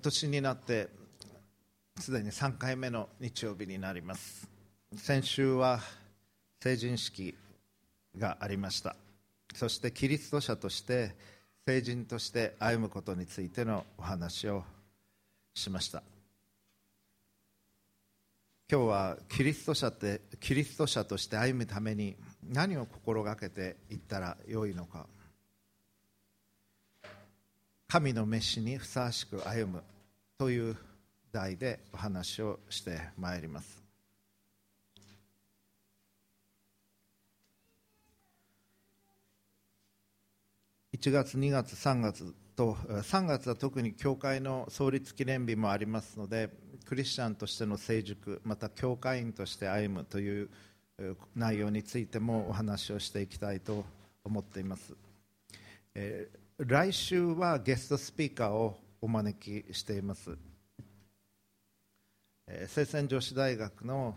年になってすでに3回目の日曜日になります。先週は成人式がありました。そしてキリスト者として成人として歩むことについてのお話をしました。今日はキリスト者として歩むために何を心がけていったらよいのか、神の召しにふさわしく歩むという題でお話をしてまいります。1月、2月、3月と、3月は特に教会の創立記念日もありますので、クリスチャンとしての成熟、また教会員として歩むという内容についてもお話をしていきたいと思っています。来週はゲストスピーカーをお招きしています。聖仙女子大学の、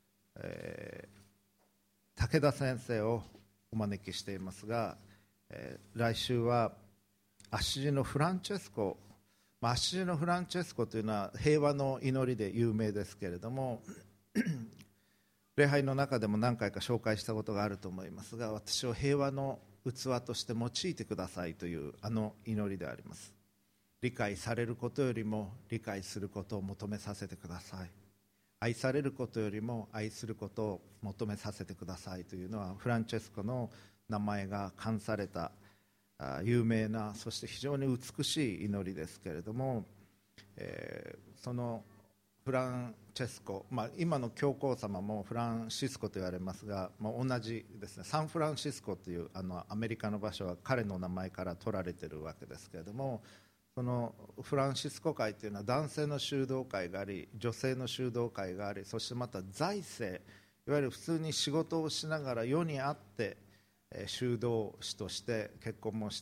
武田先生をお招きしていますが、来週はアッシジのフランチェスコ、アッシジのフランチェスコというのは平和の祈りで有名ですけれども礼拝の中でも何回か紹介したことがあると思いますが、私を平和の器として用いてくださいというあの祈りであります。理解されることよりも理解することを求めさせてください。愛されることよりも愛することを求めさせてくださいというのはフランチェスコの名前が冠された有名な、そして非常に美しい祈りですけれども、そのフランチェスコ、今の教皇様もフランシスコと言われますが、同じですね。サンフランシスコというアメリカの場所は彼の名前から取られているわけですけれども、そのフランシスコ会というのは男性の修道会があり、女性の修道会があり、そしてまた財政、いわゆる普通に仕事をしながら世にあって修道士として結婚もして、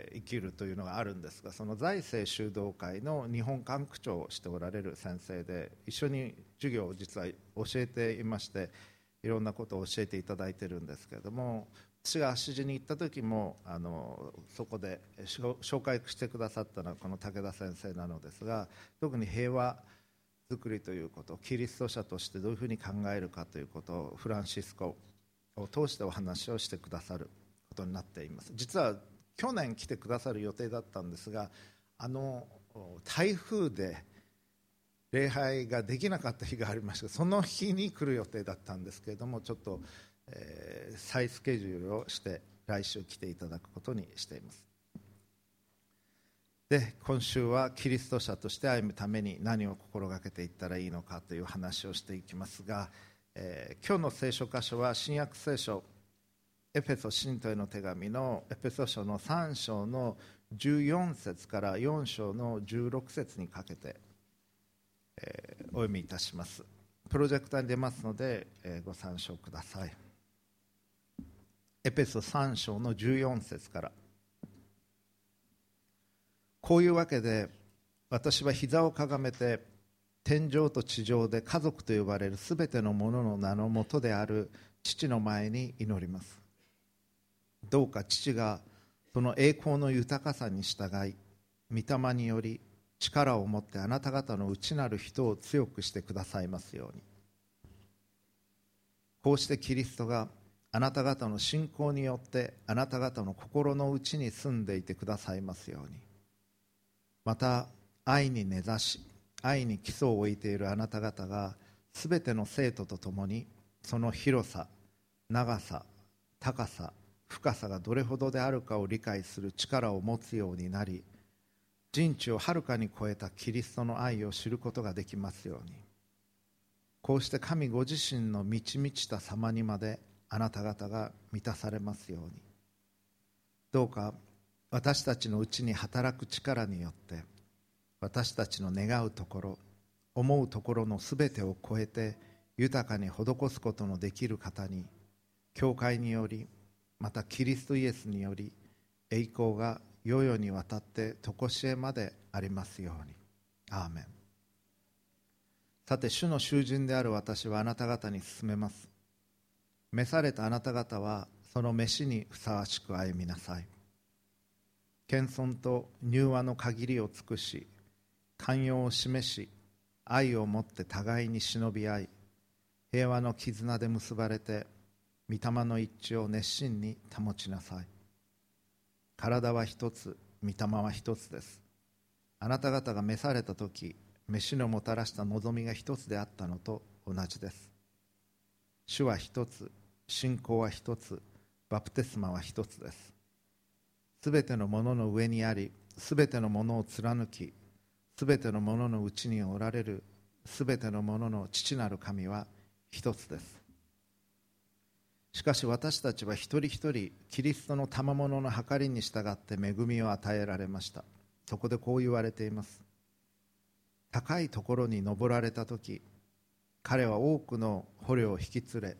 生きるというのがあるんですが、その財政修道会の日本管区長をしておられる先生で、一緒に授業を実は教えていまして、いろんなことを教えていただいているんですけれども、私がアッシジに行った時もそこで紹介してくださったのはこの武田先生なのですが、特に平和作りということ、キリスト者としてどういうふうに考えるかということをフランシスコを通してお話をしてくださることになっています。実は去年来てくださる予定だったんですが、台風で礼拝ができなかった日がありまして、その日に来る予定だったんですけれども、ちょっと再スケジュールをして来週来ていただくことにしています。で、今週はキリスト者として歩むために何を心がけていったらいいのかという話をしていきますが、今日の聖書箇所は新約聖書エペソ信徒への手紙のエペソ書の3章の14節から4章の16節にかけて、お読みいたします。プロジェクターに出ますので、ご参照ください。エペソ3章の14節から。こういうわけで私は膝をかがめて天上と地上で家族と呼ばれるすべてのものの名のもとである父の前に祈ります。どうか父がその栄光の豊かさに従い、御霊により力を持ってあなた方の内なる人を強くしてくださいますように。こうしてキリストがあなた方の信仰によってあなた方の心の内に住んでいてくださいますように。また愛に根ざし愛に基礎を置いているあなた方がすべての生徒とともにその広さ、長さ、高さ、深さがどれほどであるかを理解する力を持つようになり、人知をはるかに超えたキリストの愛を知ることができますように。こうして神ご自身の満ち満ちた様にまであなた方が満たされますように。どうか私たちのうちに働く力によって私たちの願うところ、思うところのすべてを超えて豊かに施すことのできる方に、教会によりまたキリストイエスにより栄光が世々にわたって常しえまでありますように。アーメン。さて、主の囚人である私はあなた方に勧めます。召されたあなた方はその召しにふさわしく歩みなさい。謙遜と柔和の限りを尽くし、 寛容を示し、愛をもって互いに忍び合い、平和の絆で結ばれて、御霊の一致を熱心に保ちなさい。体は一つ、御霊は一つです。あなた方が召されたとき、飯のもたらした望みが一つであったのと同じです。主は一つ、信仰は一つ、バプテスマは一つです。すべてのものの上にあり、すべてのものを貫き、すべてのもののうちにおられるすべてのものの父なる神は一つです。しかし私たちは一人一人キリストの賜物の計りに従って恵みを与えられました。そこでこう言われています。高いところに登られたとき、彼は多くの捕虜を引き連れ、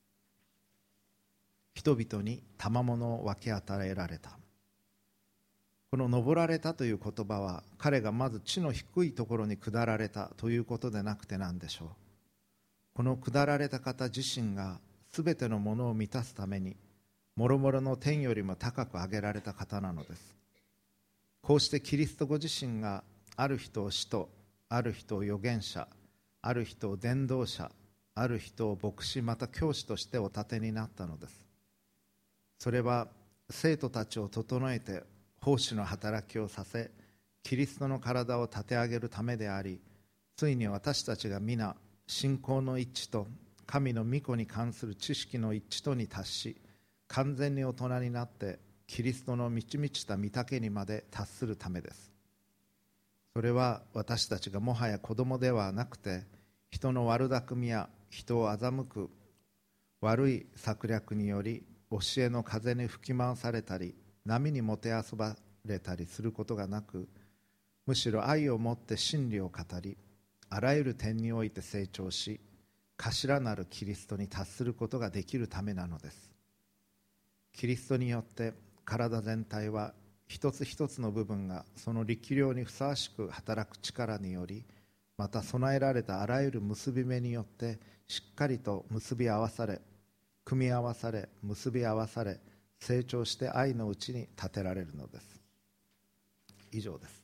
人々に賜物を分け与えられた。この登られたという言葉は、彼がまず地の低いところに下られたということでなくて何でしょう。この下られた方自身がすべてのものを満たすために、もろもろの天よりも高く上げられた方なのです。こうしてキリストご自身がある人を使徒、ある人を預言者、ある人を伝道者、ある人を牧師、また教師としてお立てになったのです。それは生徒たちを整えて奉仕の働きをさせ、キリストの体を立て上げるためであり、ついに私たちが皆信仰の一致と神の御子に関する知識の一致とに達し、完全に大人になってキリストの満ち満ちた御丈にまで達するためです。それは私たちがもはや子供ではなくて、人の悪巧みや人を欺く悪い策略により教えの風に吹き回されたり、波にもてあそばれたりすることがなく、むしろ愛をもって真理を語り、あらゆる点において成長し、頭なるキリストに達することができるためなのです。キリストによって体全体は一つ一つの部分がその力量にふさわしく働く力により、また備えられたあらゆる結び目によってしっかりと結び合わされ、組み合わされ、結び合わされ、成長して愛のうちに立てられるのです。以上です。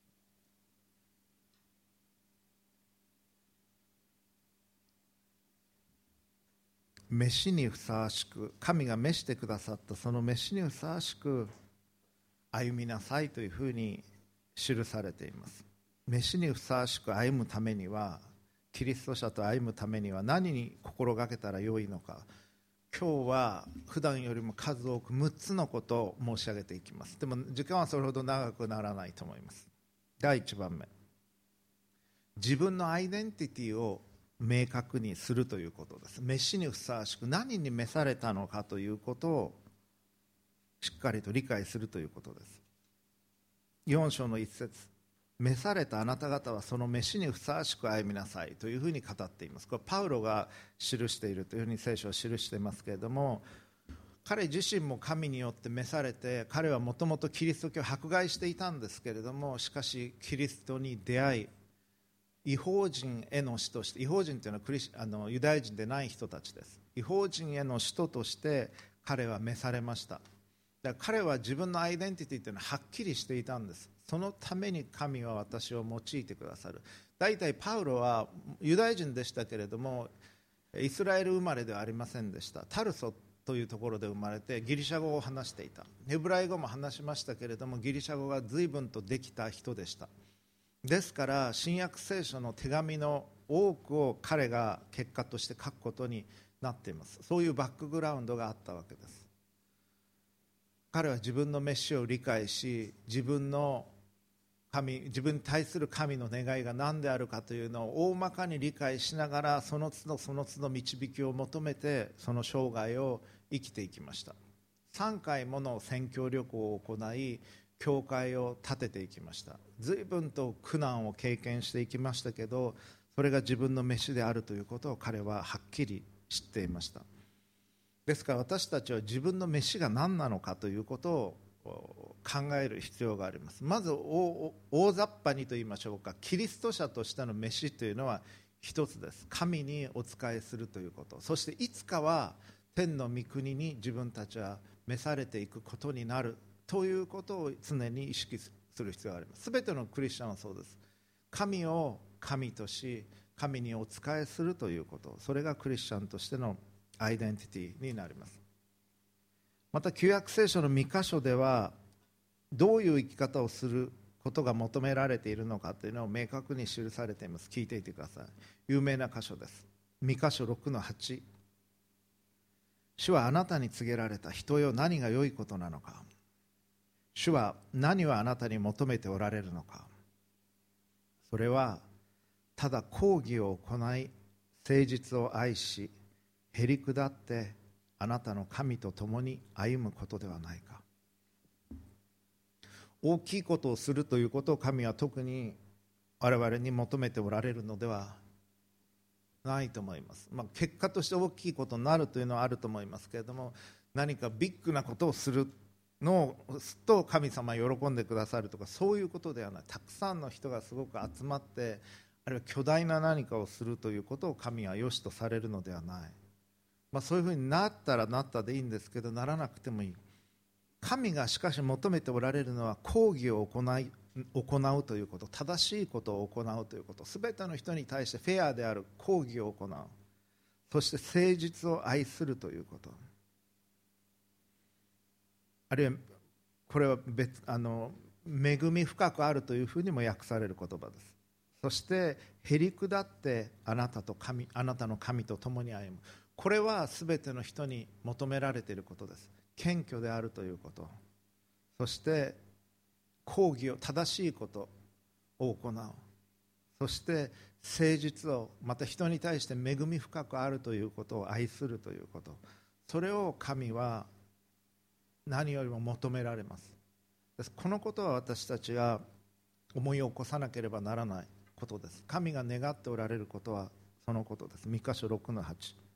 召しにふさわしく、神が召してくださったその召しにふさわしく歩みなさいというふうに記されています。召しにふさわしく歩むためには、キリスト者と歩むためには何に心がけたらよいのか。今日は普段よりも数多く6つのことを申し上げていきます。でも時間はそれほど長くならないと思います。第1番目、自分のアイデンティティを明確にするということです。召しにふさわしく何に召されたのかということをしっかりと理解するということです。4章の1節、召されたあなた方はその召しにふさわしく歩みなさいというふうに語っています。これパウロが記しているというふうに聖書は記していますけれども、彼自身も神によって召されて、彼はもともとキリスト教を迫害していたんですけれども、しかしキリストに出会い、異邦人への使として、異邦人というのはユダヤ人でない人たちです。異邦人への使徒として彼は召されました。だから彼は自分のアイデンティティというのははっきりしていたんです。そのために神は私を用いてくださる。大体パウロはユダヤ人でしたけれども、イスラエル生まれではありませんでした。タルソというところで生まれてギリシャ語を話していた。ヘブライ語も話しましたけれども、ギリシャ語が随分とできた人でした。ですから新約聖書の手紙の多くを彼が結果として書くことになっています。そういうバックグラウンドがあったわけです。彼は自分の召しを理解し、自分に対する神の願いが何であるかというのを大まかに理解しながら、その都度その都度導きを求めてその生涯を生きていきました。3回もの宣教旅行を行い、教会を建てていきました。随分と苦難を経験していきましたけど、それが自分の召しであるということを彼ははっきり知っていました。ですから私たちは自分の召しが何なのかということを考える必要があります。まず大雑把にと言いましょうか、キリスト者としての召しというのは一つです。神にお仕えするということ、そしていつかは天の御国に自分たちは召されていくことになるということを常に意識する必要があります。すべてのクリスチャンはそうです。 神を神とし、神にお仕えするということ、それがクリスチャンとしてのアイデンティティになります。また旧約聖書の2箇所ではどういう生き方をすることが求められているのかというのを明確に記されています。聞いていてください。有名な箇所です。2箇所6の8、主はあなたに告げられた。人よ、何が良いことなのか。主は何をあなたに求めておられるのか。それはただ公義を行い、誠実を愛し、へりくだってあなたの神と共に歩むことではないか。大きいことをするということを神は特に我々に求めておられるのではないと思います。結果として大きいことになるというのはあると思いますけれども、何かビッグなことをするのと神様は喜んでくださるとか、そういうことではない。たくさんの人がすごく集まって、あるいは巨大な何かをするということを神は良しとされるのではない。そういうふうになったらなったでいいんですけど、ならなくてもいい。神がしかし求めておられるのは公義を行うということ、正しいことを行うということ、すべての人に対してフェアである公義を行う、そして誠実を愛するということ、あるいはこれは恵み深くあるというふうにも訳される言葉です。そしてへりくだってあなたの神と共に歩む、これはすべての人に求められていることです。謙虚であるということ、そして公義を、正しいことを行う、そして誠実を、また人に対して恵み深くあるということを愛するということ、それを神は何よりも求められます。このことは私たちが思い起こさなければならないことです。神が願っておられることはそのことです。3箇所6の8。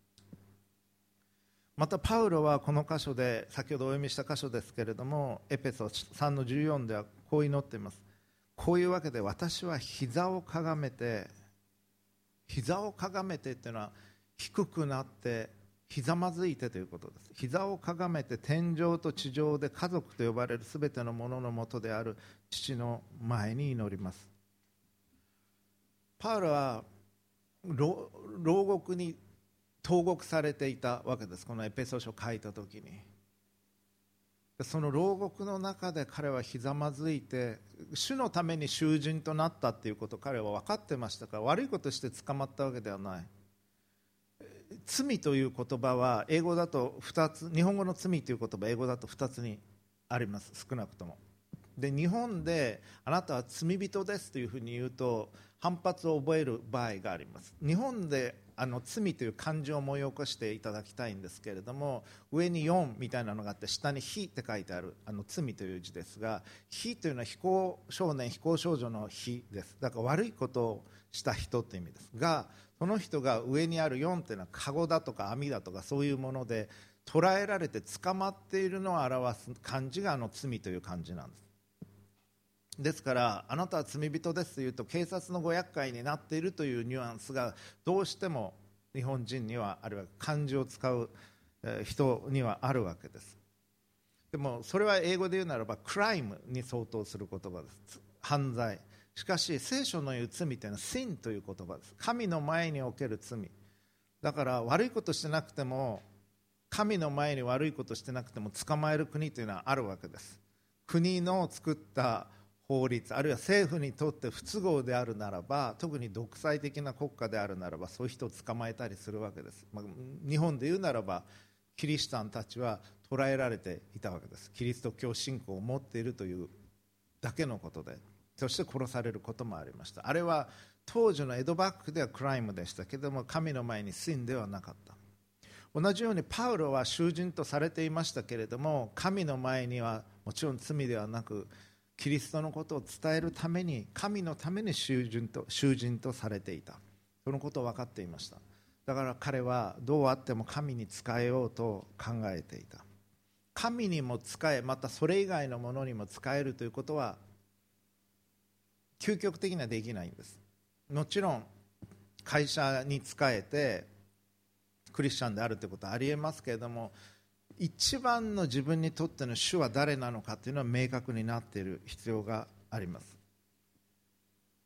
またパウロはこの箇所で、先ほどお読みした箇所ですけれども、エペソ3の14ではこう祈っています。こういうわけで私は膝をかがめてっていうのは低くなってひざまずいてということです。膝をかがめて天上と地上で家族と呼ばれるすべてのもののもとである父の前に祈ります。パウロは牢獄に投獄されていたわけです。このエペソ書を書いた時に、その牢獄の中で彼はひざまずいて、主のために囚人となったということを彼は分かってましたから、悪いことして捕まったわけではない。罪という言葉は英語だと2つ、日本語の罪という言葉英語だと2つにあります。少なくともで、日本であなたは罪人ですというふうに言うと反発を覚える場合があります。日本で罪という漢字を思い起こしていただきたいんですけれども、上に4みたいなのがあって、下に非って書いてある罪という字ですが、非というのは非行少年非行少女の非です。だから悪いことをした人という意味ですが、その人が上にある4というのはカゴだとか網だとかそういうもので捕らえられて捕まっているのを表す漢字が罪という漢字なんです。ですからあなたは罪人ですというと警察のご厄介になっているというニュアンスがどうしても日本人には、あるいは漢字を使う人にはあるわけです。でもそれは英語で言うならばクライムに相当する言葉です。犯罪。しかし聖書の言う罪というのはsinという言葉です。神の前における罪だから、悪いことしてなくても、神の前に悪いことしてなくても捕まえる国というのはあるわけです。国の作った法律、あるいは政府にとって不都合であるならば、特に独裁的な国家であるならば、そういう人を捕まえたりするわけです。日本で言うならばキリシタンたちは捕らえられていたわけです。キリスト教信仰を持っているというだけのことで、そして殺されることもありました。あれは当時の江戸幕府ではクライムでしたけれども、神の前にsinではなかった。同じようにパウロは囚人とされていましたけれども、神の前にはもちろん罪ではなく、キリストのことを伝えるために、神のために囚人とされていた。そのことを分かっていました。だから彼はどうあっても神に仕えようと考えていた。神にも仕え、またそれ以外のものにも仕えるということは究極的にはできないんです。もちろん会社に仕えてクリスチャンであるということはありえますけれども、一番の自分にとっての主は誰なのかというのは明確になっている必要があります。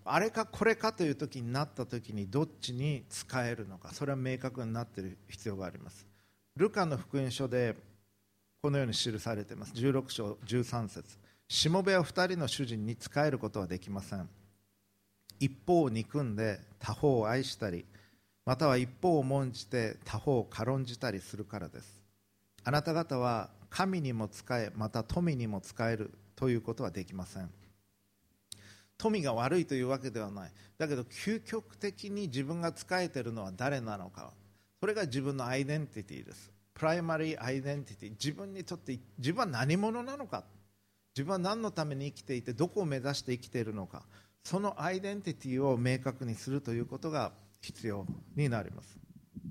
あれかこれかという時になった時にどっちに使えるのか、それは明確になっている必要があります。ルカの福音書でこのように記されています。16章13節、しもべは2人の主人に仕えることはできません。一方を憎んで他方を愛したり、または一方を重んじて他方を軽んじたりするからです。あなた方は神にも仕え、また富にも仕えるということはできません。富が悪いというわけではない。だけど究極的に自分が仕えているのは誰なのか、それが自分のアイデンティティです。プライマリーアイデンティティ、自分にとって自分は何者なのか、自分は何のために生きていてどこを目指して生きているのか、そのアイデンティティを明確にするということが必要になります。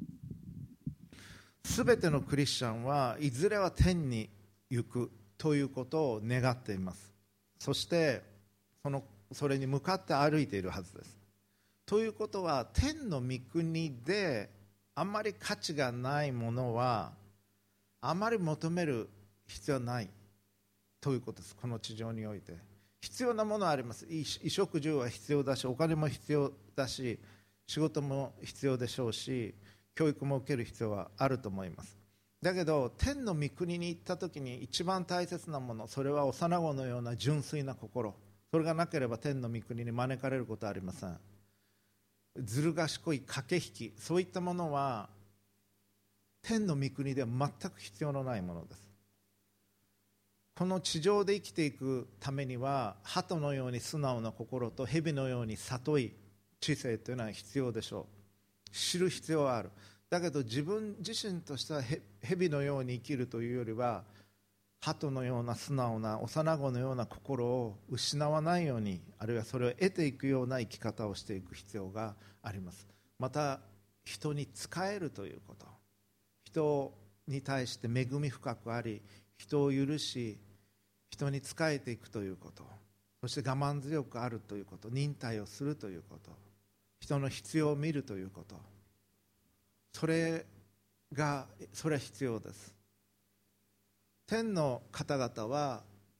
すべてのクリスチャンはいずれは天に行くということを願っています。そしてそれに向かって歩いているはずです。ということは、天の御国であまり価値がないものはあまり求める必要はないということです。この地上において必要なものはあります。衣食住は必要だし、お金も必要だし、仕事も必要でしょうし、教育も受ける必要はあると思います。だけど天の御国に行った時に一番大切なもの、それは幼子のような純粋な心、それがなければ天の御国に招かれることはありません。ずる賢い駆け引き、そういったものは天の御国では全く必要のないものです。この地上で生きていくためには、鳩のように素直な心と蛇のように悟い知性というのは必要でしょう。知る必要はある。だけど自分自身としては蛇のように生きるというよりは、鳩のような素直な幼子のような心を失わないように、あるいはそれを得ていくような生き方をしていく必要があります。また人に仕えるということ、人に対して恵み深くあり、人を許し人に仕えていくということ、そして我慢強くあるということ、忍耐をするということ、人の必要を見るということ、それは必要です。天の方々は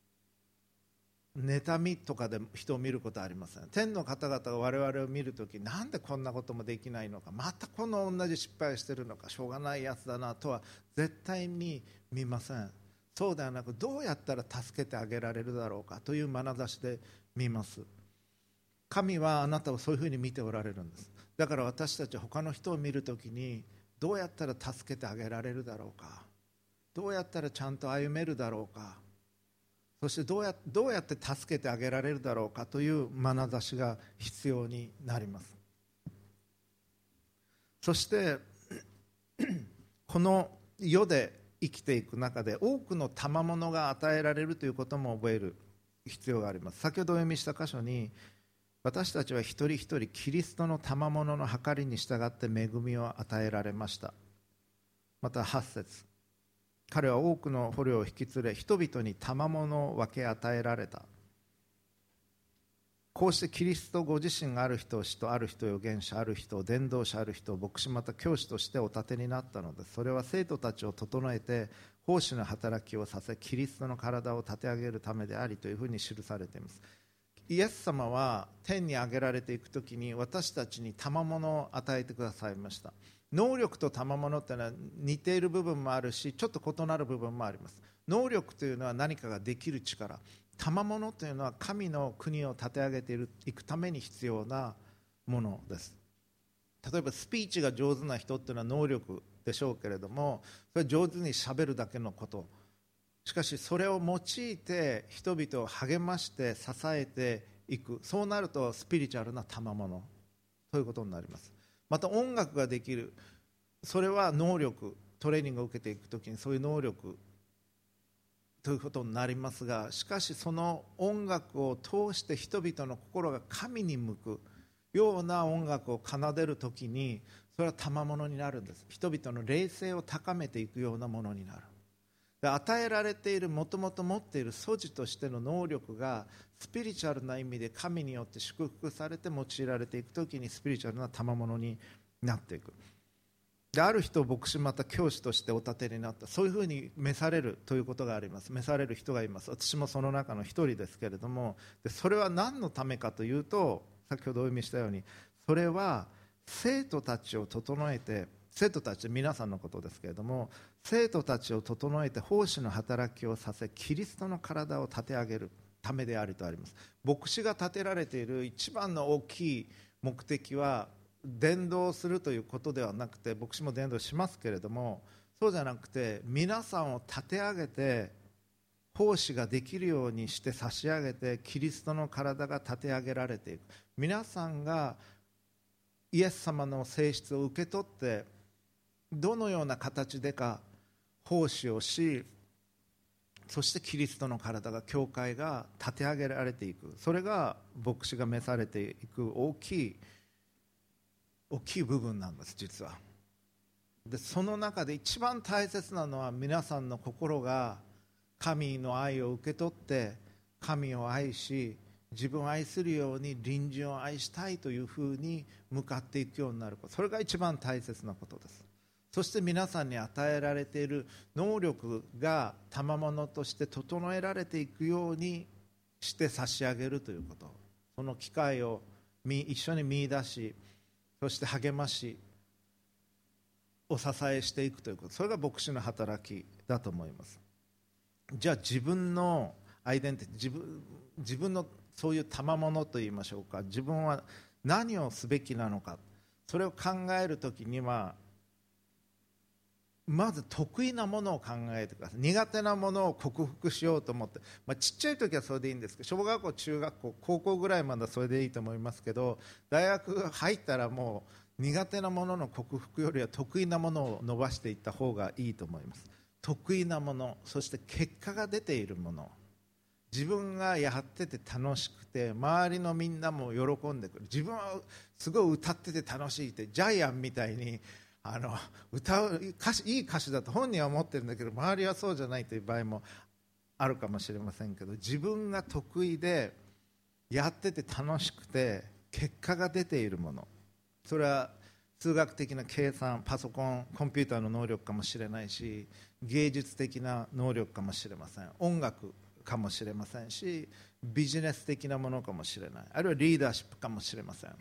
妬みとかで人を見ることはありません。天の方々が我々を見るとき、なんでこんなこともできないのか、またこの同じ失敗をしているのか、しょうがないやつだなとは絶対に見ません。そうではなく、どうやったら助けてあげられるだろうかという眼差しで見ます。神はあなたをそういうふうに見ておられるんです。だから私たちは他の人を見るときに、どうやったら助けてあげられるだろうか、どうやったらちゃんと歩めるだろうか、そしてどうやって助けてあげられるだろうかという眼差しが必要になります。そしてこの世で生きていく中で多くの賜物が与えられるということも覚える必要があります。先ほどお読みした箇所に、私たちは一人一人キリストの賜物の計りに従って恵みを与えられました。また8節、彼は多くの捕虜を引き連れ、人々に賜物を分け与えられた。こうしてキリストご自身がある人を使徒、ある人を預言者、ある人を伝道者、ある人を牧師、また教師としてお立てになったのです。それは生徒たちを整えて奉仕の働きをさせ、キリストの体を立て上げるためでありというふうに記されています。イエス様は天に上げられていくときに、私たちに賜物を与えてくださいました。能力と賜物というのは似ている部分もあるし、ちょっと異なる部分もあります。能力というのは何かができる力、賜物というのは神の国を立て上げていくために必要なものです。例えばスピーチが上手な人というのは能力でしょうけれども、それは上手にしゃべるだけのこと。しかしそれを用いて人々を励まして支えていく、そうなるとスピリチュアルな賜物ということになります。また音楽ができる、それは能力、トレーニングを受けていくときにそういう能力ということになりますが、しかしその音楽を通して人々の心が神に向くような音楽を奏でるときに、それは賜物になるんです。人々の霊性を高めていくようなものになる。与えられている、もともと持っている素地としての能力がスピリチュアルな意味で神によって祝福されて用いられていくときに、スピリチュアルな賜物になっていく。で、ある人を牧師、また教師としてお立てになった、そういうふうに召されるということがあります。召される人がいます。私もその中の一人ですけれども、でそれは何のためかというと、 先ほどお読みしたように、それは生徒たちを整えて、生徒たち皆さんのことですけれども、生徒たちを整えて奉仕の働きをさせ、キリストの体を立て上げるためであるとあります。牧師が立てられている一番の大きい目的は伝道するということではなくて、牧師も伝道しますけれども、そうじゃなくて皆さんを立て上げて奉仕ができるようにして差し上げて、キリストの体が立て上げられていく。皆さんがイエス様の性質を受け取ってどのような形でか奉仕をし、そしてキリストの体が、教会が立て上げられていく。それが牧師が召されていく大きい部分なんです、実は。でその中で一番大切なのは、皆さんの心が神の愛を受け取って神を愛し、自分を愛するように隣人を愛したいというふうに向かっていくようになること、それが一番大切なことです。そして皆さんに与えられている能力が賜物として整えられていくようにして差し上げるということ、その機会を一緒に見出し、そして励ましお支えしていくということ、それが牧師の働きだと思います。じゃあ自分のアイデンティティ、自分のそういう賜物といいましょうか、自分は何をすべきなのか、それを考えるときには、まず得意なものを考えてください。苦手なものを克服しようと思って、ちっちゃい時はそれでいいんですけど、小学校、中学校、高校ぐらいまではそれでいいと思いますけど、大学入ったらもう苦手なものの克服よりは得意なものを伸ばしていった方がいいと思います。得意なもの、そして結果が出ているもの、自分がやってて楽しくて周りのみんなも喜んでくる、自分はすごい歌ってて楽しいってジャイアンみたいに歌ういい歌手だと本人は思ってるんだけど、周りはそうじゃないという場合もあるかもしれませんけど、自分が得意でやってて楽しくて結果が出ているもの、それは数学的な計算、パソコン、コンピューターの能力かもしれないし、芸術的な能力かもしれません、音楽かもしれませんし、ビジネス的なものかもしれない、あるいはリーダーシップかもしれません。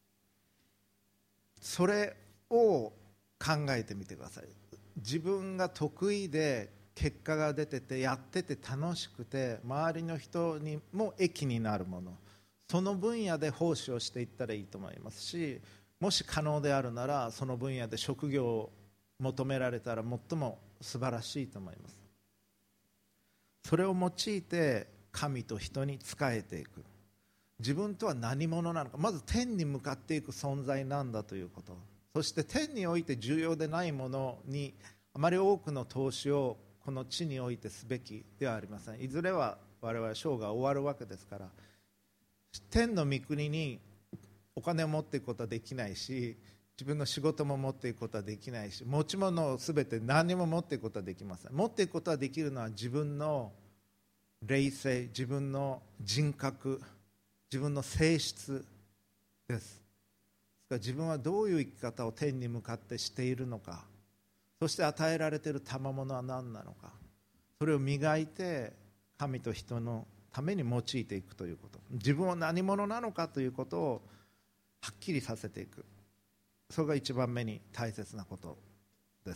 それを考えてみてください。自分が得意で結果が出ててやってて楽しくて周りの人にも益になるもの、その分野で奉仕をしていったらいいと思いますし、もし可能であるならその分野で職業を求められたら最も素晴らしいと思います。それを用いて神と人に仕えていく。自分とは何者なのか、まず天に向かっていく存在なんだということ、そして天において重要でないものにあまり多くの投資をこの地においてすべきではありません。いずれは我々生涯終わるわけですから、天の御国にお金を持っていくことはできないし、自分の仕事も持っていくことはできないし、持ち物をすべて何も持っていくことはできません。持っていくことはできるのは自分の霊性、自分の人格、自分の性質です。自分はどういう生き方を天に向かってしているのか、そして与えられている賜物は何なのか、それを磨いて神と人のために用いていくということ、自分は何者なのかということをはっきりさせていく、それが一番目に大切なことです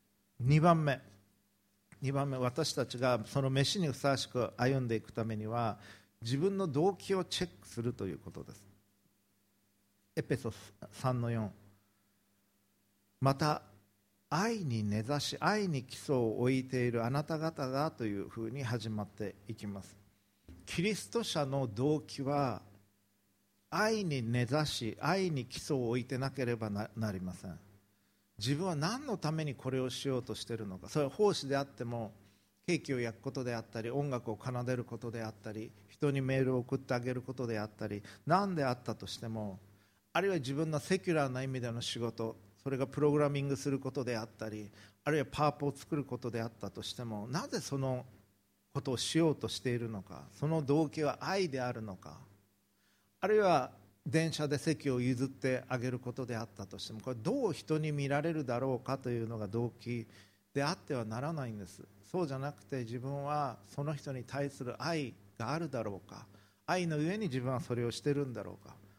。2番目、私たちがその飯にふさわしく歩んでいくためには、自分の動機をチェックするということです。エペソ3の4、また愛に根ざし愛に基礎を置いているあなた方がというふうに始まっていきます。キリスト者の動機は愛に根ざし愛に基礎を置いてなければ なりません。自分は何のためにこれをしようとしているのか、それは奉仕であってもケーキを焼くことであったり、音楽を奏でることであったり、人にメールを送ってあげることであったり、何であったとしても、あるいは自分のセキュラーな意味での仕事、それがプログラミングすることであったり、あるいはパワポを作ることであったとしても、なぜそのことをしようとしているのか、その動機は愛であるのか、あるいは電車で席を譲ってあげることであったとしても、これどう人に見られるだろうかというのが動機であってはならないんです。そうじゃなくて、自分はその人に対する愛があるだろうか、愛のゆえに自分はそれをしているんだろうか、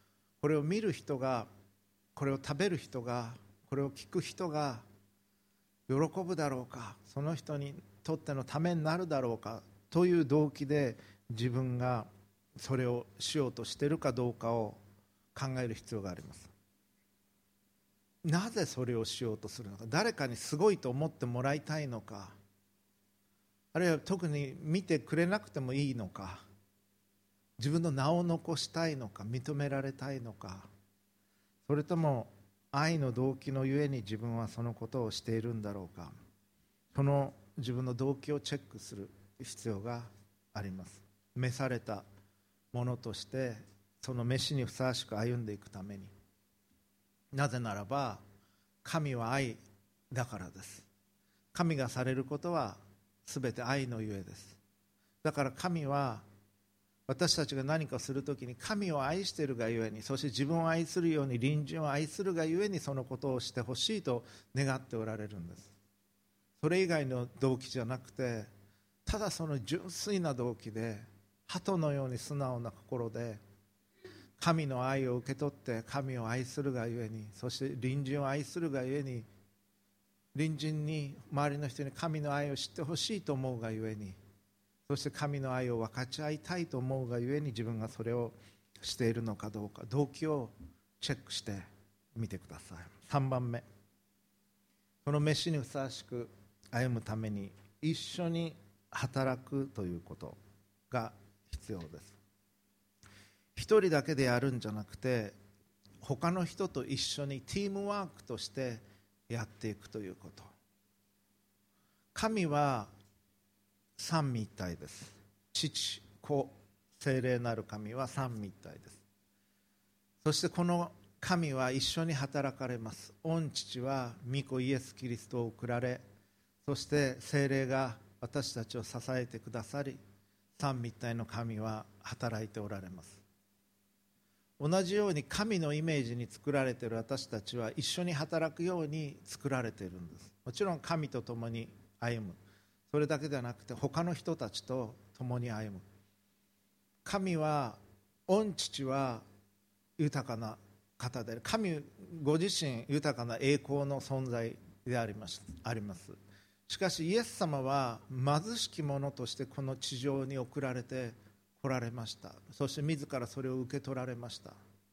これを見る人が、これを食べる人が、これを聞く人が喜ぶだろうか、その人にとってのためになるだろうかという動機で自分がそれをしようとしているかどうかを考える必要があります。なぜそれをしようとするのか、誰かにすごいと思ってもらいたいのか、あるいは特に見てくれなくてもいいのか、自分の名を残したいのか、認められたいのか、それとも愛の動機のゆえに自分はそのことをしているんだろうか、その自分の動機をチェックする必要があります。召されたものとしてその召しにふさわしく歩んでいくために。なぜならば神は愛だからです。神がされることはすべて愛のゆえです。だから神は私たちが何かするときに神を愛しているがゆえに、そして自分を愛するように隣人を愛するがゆえにそのことをしてほしいと願っておられるんです。それ以外の動機じゃなくて、ただその純粋な動機で、鳩のように素直な心で神の愛を受け取って神を愛するがゆえに、そして隣人を愛するがゆえに、隣人に、周りの人に神の愛を知ってほしいと思うがゆえに、そして神の愛を分かち合いたいと思うがゆえに自分がそれをしているのかどうか、動機をチェックしてみてください。3番目、この召しにふさわしく歩むために一緒に働くということが必要です。一人だけでやるんじゃなくて、他の人と一緒にチームワークとしてやっていくということ。神は三位一体です。父、子、聖霊なる神は三位一体です。そしてこの神は一緒に働かれます。御父は御子イエス・キリストを送られ、そして聖霊が私たちを支えてくださり、三位一体の神は働いておられます。同じように神のイメージに作られている私たちは一緒に働くように作られているんです。もちろん神と共に歩む、それだけではなくて他の人たちと共に歩む。神は、御父は豊かな方で、神ご自身豊かな栄光の存在であります。しかしイエス様は貧しき者としてこの地上に送られて来られました。そして自らそれを受け取られました。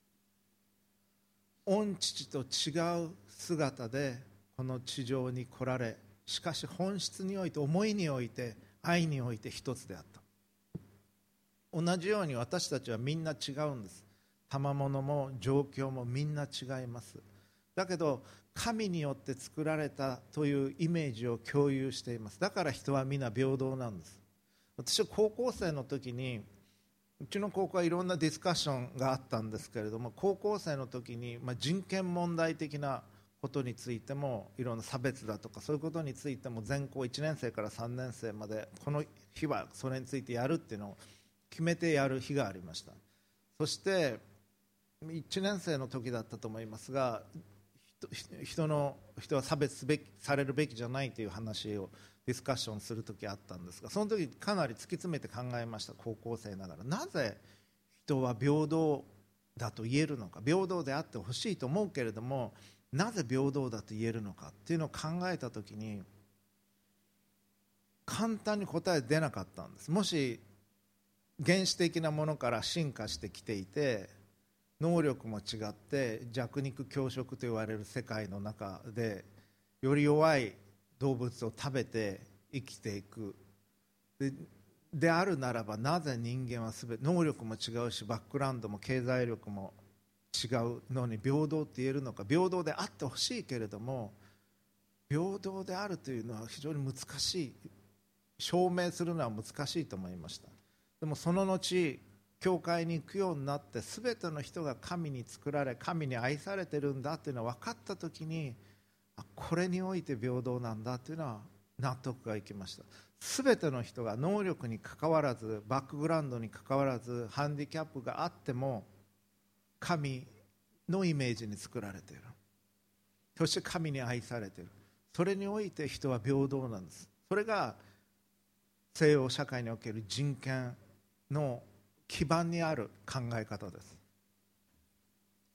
御父と違う姿でこの地上に来られ、しかし本質において、思いにおいて、愛において一つであった。同じように私たちはみんな違うんです。賜物も状況もみんな違います。だけど神によって作られたというイメージを共有しています。だから人はみんな平等なんです。私は高校生の時に、うちの高校はいろんなディスカッションがあったんですけれども、高校生の時に、人権問題的なことについても、いろんな差別だとかそういうことについても全校1年生から3年生までこの日はそれについてやるっていうのを決めてやる日がありました。そして1年生の時だったと思いますが、人は差別されるべきじゃないという話をディスカッションする時あったんですが、その時かなり突き詰めて考えました。高校生ながら、なぜ人は平等だと言えるのか、平等であってほしいと思うけれども、なぜ平等だと言えるのかっていうのを考えたときに、簡単に答え出なかったんです。もし原始的なものから進化してきていて、能力も違って弱肉強食と言われる世界の中で、より弱い動物を食べて生きていく であるならば、なぜ人間は全て能力も違うし、バックグラウンドも経済力も違うのに平等って言えるのか。平等であってほしいけれども、平等であるというのは非常に難しい、証明するのは難しいと思いました。でもその後教会に行くようになって、全ての人が神に作られ神に愛されてるんだというのが分かったときに、これにおいて平等なんだというのは納得がいきました。全ての人が能力にかかわらず、バックグラウンドにかかわらず、ハンディキャップがあっても神のイメージに作られている。そして神に愛されている。それにおいて人は平等なんです。それが西洋社会における人権の基盤にある考え方です。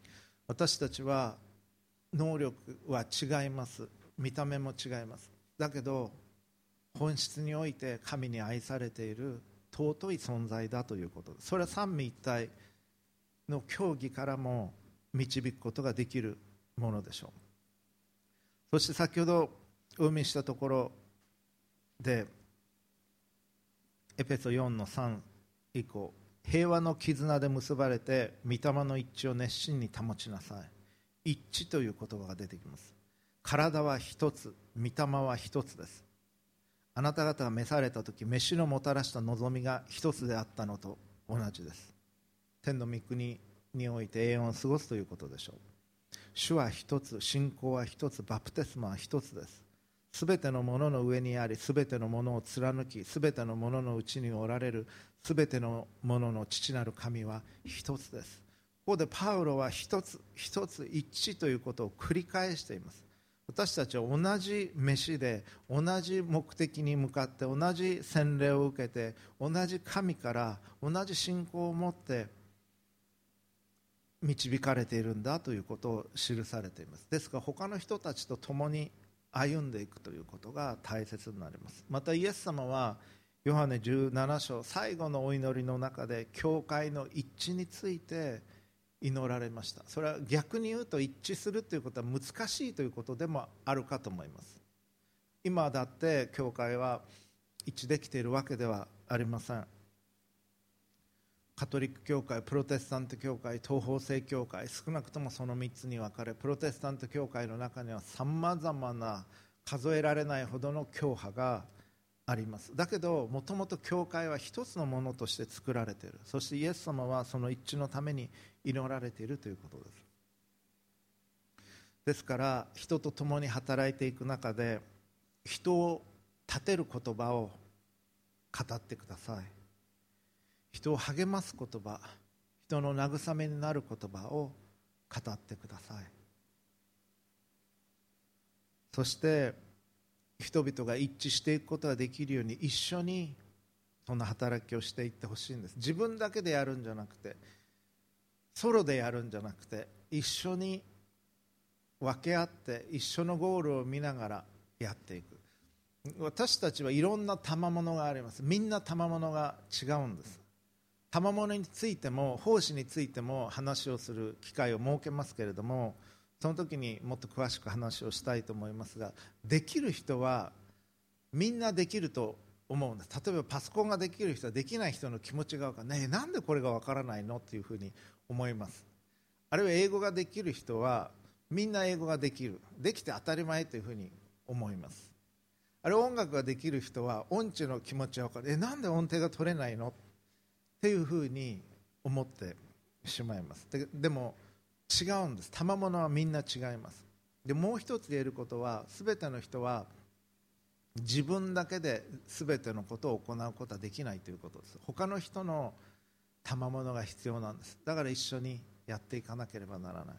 私たちは能力は違います、見た目も違います。だけど本質において神に愛されている尊い存在だということです。それは三位一体の教義からも導くことができるものでしょう。そして先ほどお読みしたところでエペソ4の3以降、平和の絆で結ばれて御霊の一致を熱心に保ちなさい。一致という言葉が出てきます。体は一つ、御霊は一つです。あなた方が召された時、飯のもたらした望みが一つであったのと同じです。天の御国において永遠を過ごすということでしょう。主は一つ、信仰は一つ、バプテスマは一つです。すべてのものの上にあり、すべてのものを貫き、すべてのもののうちにおられるすべてのものの父なる神は一つです。ここでパウロは一つ一つ一致ということを繰り返しています。私たちは同じ飯で同じ目的に向かって同じ洗礼を受けて同じ神から同じ信仰を持って導かれているんだということを記されています。ですから他の人たちと共に歩んでいくということが大切になります。またイエス様はヨハネ17章最後のお祈りの中で教会の一致について祈られました。それは逆に言うと一致するということは難しいということでもあるかと思います。今だって教会は一致できているわけではありません。カトリック教会、プロテスタント教会、東方正教会、少なくともその3つに分かれ、プロテスタント教会の中にはさまざまな数えられないほどの教派があります。だけどもともと教会は一つのものとして作られている。そしてイエス様はその一致のために祈られているということです。ですから人と共に働いていく中で人を立てる言葉を語ってください。人を励ます言葉、人の慰めになる言葉を語ってください。そして人々が一致していくことができるように一緒にその働きをしていってほしいんです。自分だけでやるんじゃなくて、ソロでやるんじゃなくて、一緒に分け合って一緒のゴールを見ながらやっていく。私たちはいろんな賜物があります。みんな賜物が違うんです。賜物についても奉仕についても話をする機会を設けますけれども、その時にもっと詳しく話をしたいと思いますが、できる人はみんなできると思うんです。例えばパソコンができる人はできない人の気持ちが分かる、ねえ、なんでこれが分からないのっていうふうに思います。あるいは英語ができる人はみんな英語ができる、できて当たり前というふうに思います。あるいは音楽ができる人は音痴の気持ちが分かる、なんで音程が取れないのっていうふうに思ってしまいます。でも違うんです。賜物はみんな違います。でもう一つ言えることは、全ての人は自分だけで全てのことを行うことはできないということです。他の人の賜物が必要なんです。だから一緒にやっていかなければならない。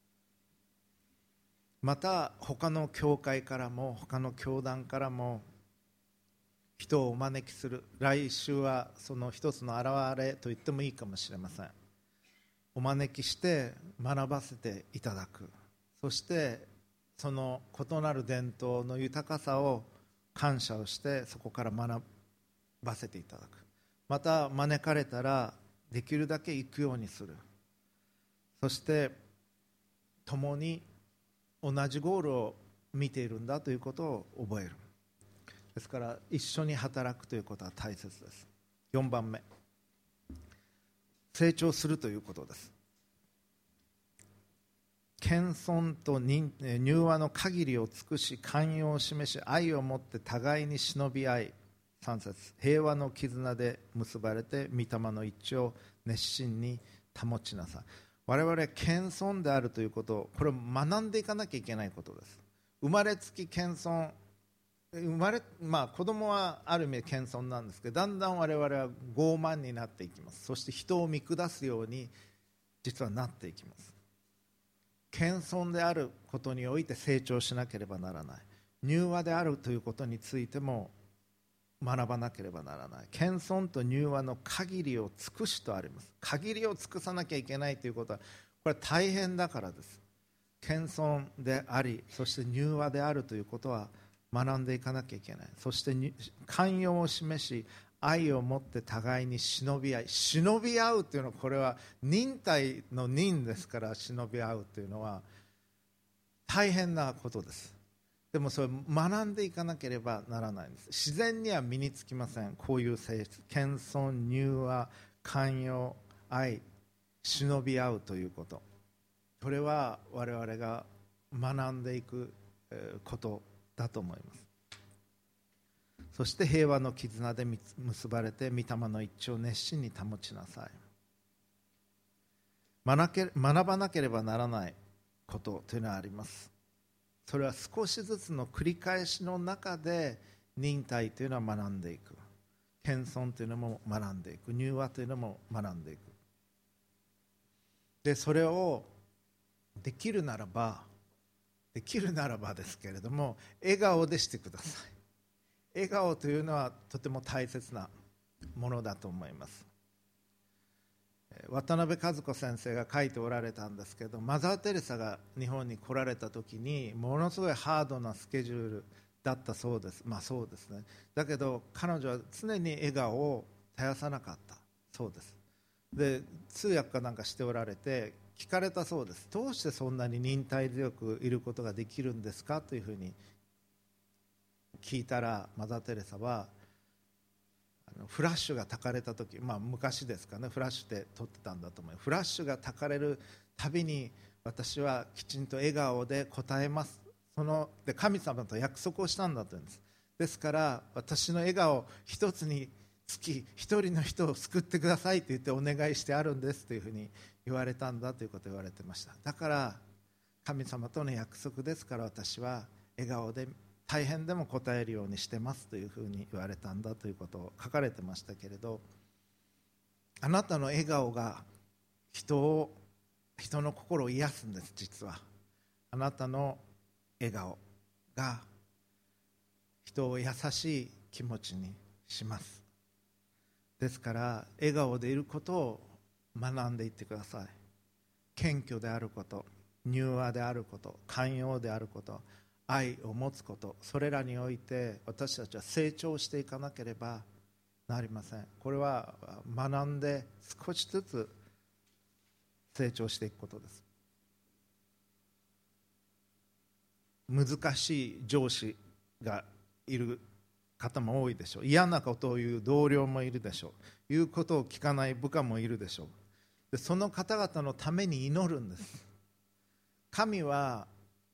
また他の教会からも他の教団からも人をお招きする。来週はその一つの現れと言ってもいいかもしれません。お招きして学ばせていただく。そしてその異なる伝統の豊かさを感謝をしてそこから学ばせていただく。また招かれたらできるだけ行くようにする。そして共に同じゴールを見ているんだということを覚える。ですから一緒に働くということは大切です。4番目、成長するということです。謙遜と柔和の限りを尽くし、寛容を示し、愛をもって互いに忍び合い。3節、平和の絆で結ばれて御霊の一致を熱心に保ちなさい。我々は謙遜であるということを、これを学んでいかなきゃいけないことです。生まれつき謙遜、子供はある意味謙遜なんですけど、だんだん我々は傲慢になっていきます。そして人を見下すように実はなっていきます。謙遜であることにおいて成長しなければならない。柔和であるということについても学ばなければならない。謙遜と柔和の限りを尽くしとあります。限りを尽くさなきゃいけないということは、これは大変だからです。謙遜であり、そして柔和であるということは学んでいかなきゃいけない。そして寛容を示し、愛を持って互いに忍び合うというのは、これは忍耐の忍ですから、忍び合うというのは大変なことです。でもそれを学んでいかなければならないんです。自然には身につきません。こういう性質、謙遜、柔和、寛容、愛、忍び合うということ、これは我々が学んでいくことだと思います。そして平和の絆で結ばれて、御霊の一致を熱心に保ちなさい。学ばなければならないことというのはあります。それは少しずつの繰り返しの中で、忍耐というのは学んでいく、謙遜というのも学んでいく、柔和というのも学んでいく。でそれをできるならばですけれども、笑顔でしてください。笑顔というのはとても大切なものだと思います。渡辺和子先生が書いておられたんですけど、マザー・テレサが日本に来られた時にものすごいハードなスケジュールだったそうです。そうですね。だけど彼女は常に笑顔を絶やさなかったそうです。で通訳かなんかしておられて聞かれたそうです。どうしてそんなに忍耐強くいることができるんですかというふうに聞いたら、マザー・テレサはフラッシュが焚かれた時、昔ですかね、フラッシュで撮ってたんだと思います。フラッシュが焚かれるたびに私はきちんと笑顔で答えます。で神様と約束をしたんだと言うんです。ですから私の笑顔一つにつき一人の人を救ってくださいと言ってお願いしてあるんですというふうに言われたんだということを言われてました。だから神様との約束ですから、私は笑顔で大変でも答えるようにしてますというふうに言われたんだということを書かれてましたけれど、あなたの笑顔が人の心を癒すんです。実はあなたの笑顔が人を優しい気持ちにします。ですから笑顔でいることを学んでいってください。謙虚であること、柔和であること、寛容であること、愛を持つこと、それらにおいて私たちは成長していかなければなりません。これは学んで少しずつ成長していくことです。難しい上司がいる方も多いでしょう。嫌なことを言う同僚もいるでしょう。言うことを聞かない部下もいるでしょう。でその方々のために祈るんです。神は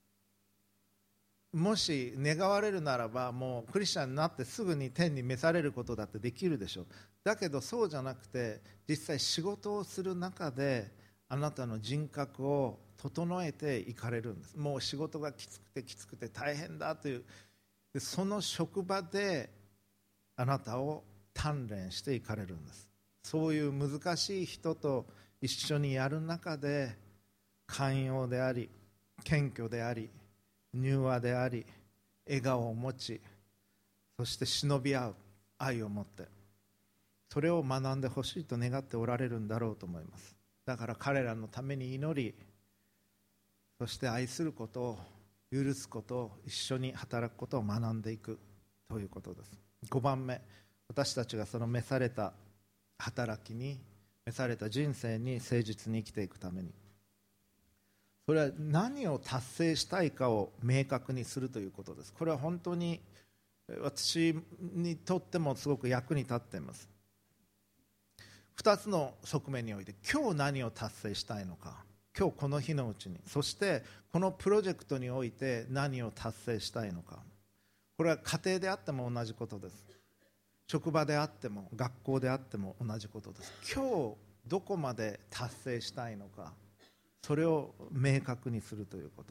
もし願われるならば、もうクリスチャンになってすぐに天に召されることだってできるでしょう。だけどそうじゃなくて、実際仕事をする中であなたの人格を整えていかれるんです。もう仕事がきつくて大変だという、でその職場であなたを鍛錬していかれるんです。そういう難しい人と一緒にやる中で、寛容であり謙虚であり柔和であり笑顔を持ち、そして忍び合う愛を持って、それを学んでほしいと願っておられるんだろうと思います。だから彼らのために祈り、そして愛することを、許すことを、一緒に働くことを学んでいくということです。5番目、私たちがその召された働きに、召された人生に誠実に生きていくために、それは何を達成したいかを明確にするということです。これは本当に私にとってもすごく役に立っています。2つの側面において、今日何を達成したいのか、今日この日のうちに、そしてこのプロジェクトにおいて何を達成したいのか。これは家庭であっても同じことです。職場であっても学校であっても同じことです。今日どこまで達成したいのか、それを明確にするということ、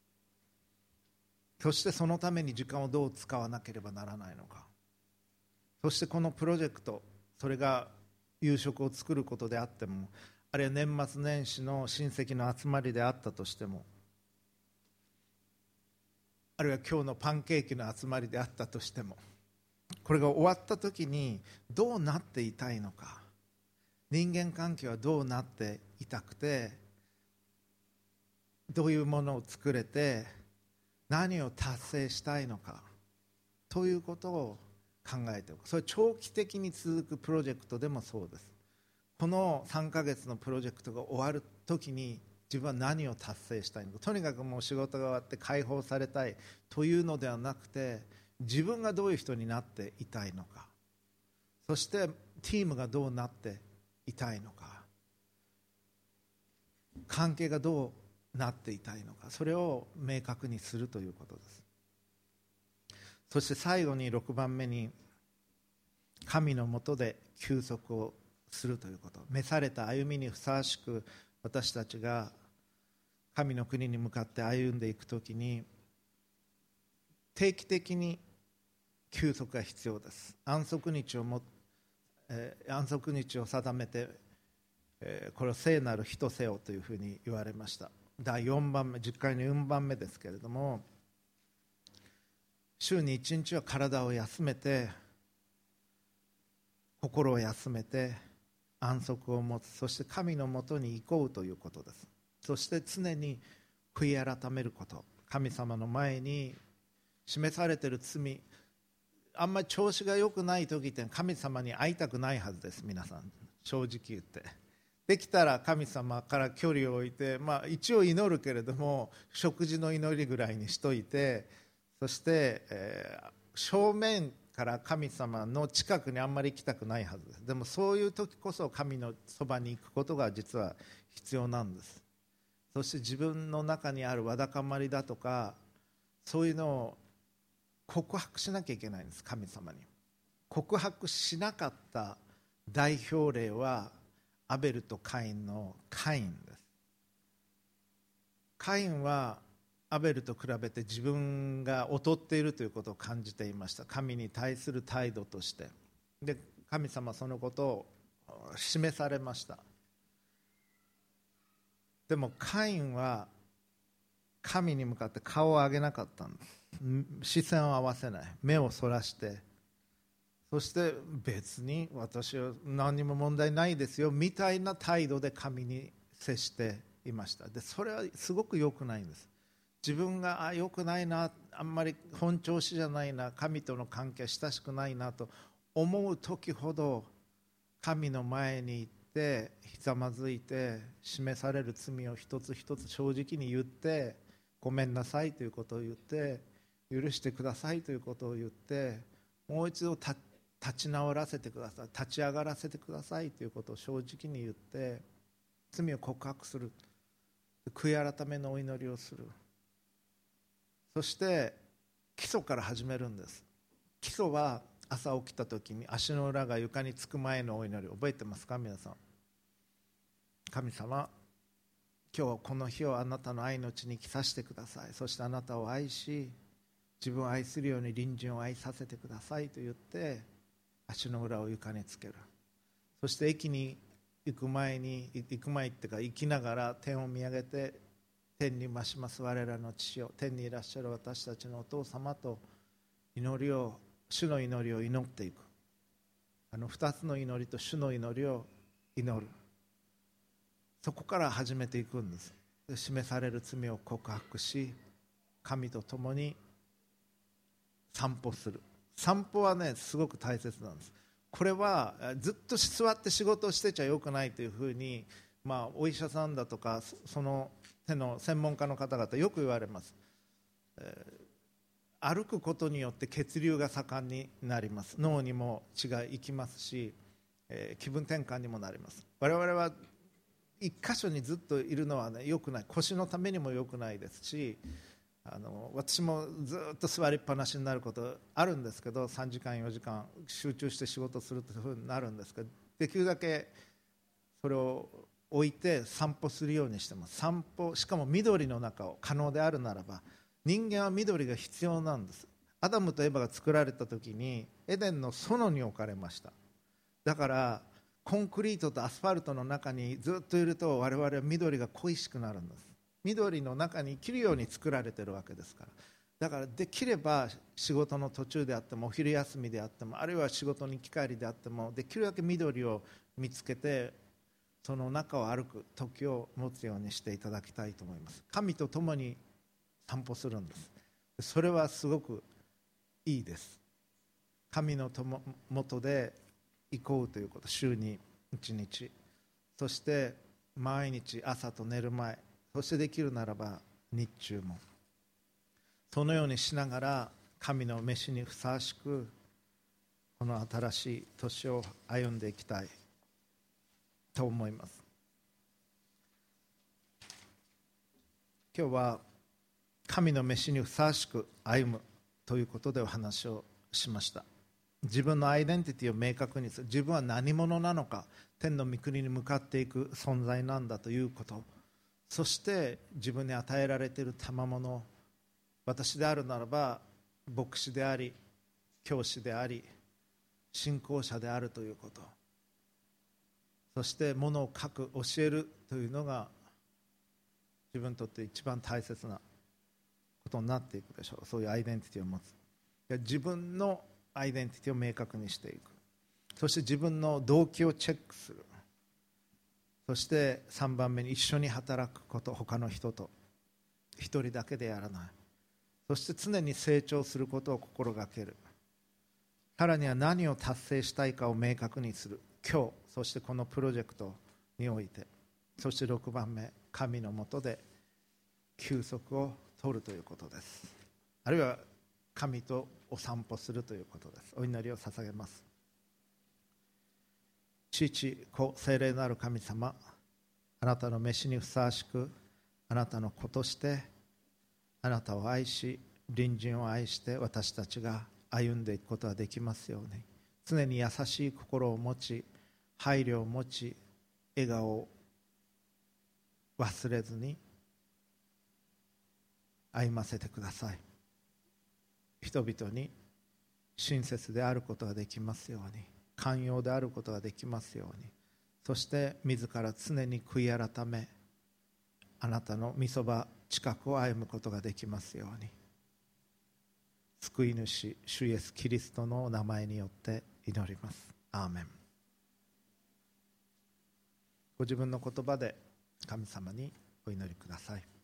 そしてそのために時間をどう使わなければならないのか、そしてこのプロジェクト、それが夕食を作ることであっても、あるいは年末年始の親戚の集まりであったとしても、あるいは今日のパンケーキの集まりであったとしても、 これが終わった時にどうなっていたいのか、人間関係はどうなっていたくて、どういうものを作れて何を達成したいのかということを考えておく。それ長期的に続くプロジェクトでもそうです。この3ヶ月のプロジェクトが終わる時に自分は何を達成したいのか、とにかくもう仕事が終わって解放されたいというのではなくて、自分がどういう人になっていたいのか、そしてチームがどうなっていたいのか、関係がどうなっていたいのか、それを明確にするということです。そして最後に6番目に、神のもとで休息をするということ。召された歩みにふさわしく私たちが神の国に向かって歩んでいくときに、定期的に休息が必要です。安息日を定めて、これを聖なる日とせよというふうに言われました。第4番目、10回の4番目ですけれども、週に1日は体を休めて、心を休めて安息を持つ、そして神のもとに行こうということです。そして常に悔い改めること、神様の前に示されている罪、あんまり調子が良くない時って神様に会いたくないはずです。皆さん正直言って、できたら神様から距離を置いて、一応祈るけれども食事の祈りぐらいにしといて、そして、正面から神様の近くにあんまり行きたくないはずです。でもそういう時こそ神のそばに行くことが実は必要なんです。そして自分の中にあるわだかまりだとか、そういうのを告白しなきゃいけないんです。神様に告白しなかった代表例はアベルとカインのカインです。カインはアベルと比べて自分が劣っているということを感じていました。神に対する態度として。で、神様はそのことを示されました。でもカインは神に向かって顔を上げなかったんです。視線を合わせない、目をそらして、そして別に私は何にも問題ないですよみたいな態度で神に接していました。でそれはすごく良くないんです。自分が良くないな、あんまり本調子じゃないな、神との関係親しくないなと思う時ほど神の前に行ってひざまずいて、示される罪を一つ一つ正直に言って、ごめんなさいということを言って、許してくださいということを言って、もう一度立ち直らせてください、立ち上がらせてくださいということを正直に言って罪を告白する、悔い改めのお祈りをする。そして基礎から始めるんです。基礎は朝起きた時に足の裏が床につく前のお祈り、覚えてますか皆さん。神様、今日はこの日をあなたの愛の地に来させてください。そしてあなたを愛し、自分を愛するように隣人を愛させてくださいと言って足の裏を床につける。そして駅に行く前っていうか、行きながら天を見上げて、天に増します我らの父よ、天にいらっしゃる私たちのお父様と主の祈りを祈っていく。2つの祈りと主の祈りを祈る。そこから始めていくんです。示される罪を告白し、神と共に散歩する。散歩はね、すごく大切なんです。これはずっと座って仕事をしてちゃよくないというふうに、お医者さんだとかその手の専門家の方々よく言われます。歩くことによって血流が盛んになります。脳にも血が行きますし、気分転換にもなります。我々は一箇所にずっといるのはね、良くない。腰のためにも良くないですし、私もずっと座りっぱなしになることあるんですけど、3時間4時間集中して仕事するというふうになるんですけど、できるだけそれを置いて散歩するようにしてます。散歩、しかも緑の中を可能であるならば。人間は緑が必要なんです。アダムとエバが作られた時にエデンの園に置かれました。だからコンクリートとアスファルトの中にずっといると、我々は緑が恋しくなるんです。緑の中に生きるように作られているわけですから。 だからできれば仕事の途中であってもお昼休みであってもあるいは仕事に行き帰りであってもできるだけ緑を見つけてその中を歩く時を持つようにしていただきたいと思います。神と共に散歩するんです。それはすごくいいです。神の下で行こうということ、週に1日、そして毎日朝と寝る前、そしてできるならば日中もそのようにしながら神の召しにふさわしくこの新しい年を歩んでいきたいと思います。今日は神の召しにふさわしく歩むということでお話をしました。自分のアイデンティティを明確にする、自分は何者なのか、天の御国に向かっていく存在なんだということ、そして自分に与えられている賜物、私であるならば牧師であり教師であり信仰者であるということ、そしてものを書く、教えるというのが自分にとって一番大切なことになっていくでしょう。そういうアイデンティティを持つ、自分のアイデンティティを明確にしていく、そして自分の動機をチェックする、そして3番目に一緒に働くこと、他の人と一人だけでやらない、そして常に成長することを心がける、さらには何を達成したいかを明確にする、今日そしてこのプロジェクトにおいて、そして6番目、神の下で休息を取るということです。あるいは神とお散歩するということです。お祈りを捧げます。父、子、聖霊なる神様、あなたの召しにふさわしく、あなたの子としてあなたを愛し、隣人を愛して私たちが歩んでいくことができますように、常に優しい心を持ち、配慮を持ち、笑顔を忘れずに歩ませてください。人々に親切であることができますように、寛容であることができますように、そして自ら常に悔い改め、あなたの御そば近くを歩むことができますように、救い主主イエスキリストのお名前によって祈ります。アーメン。ご自分の言葉で神様にお祈りください。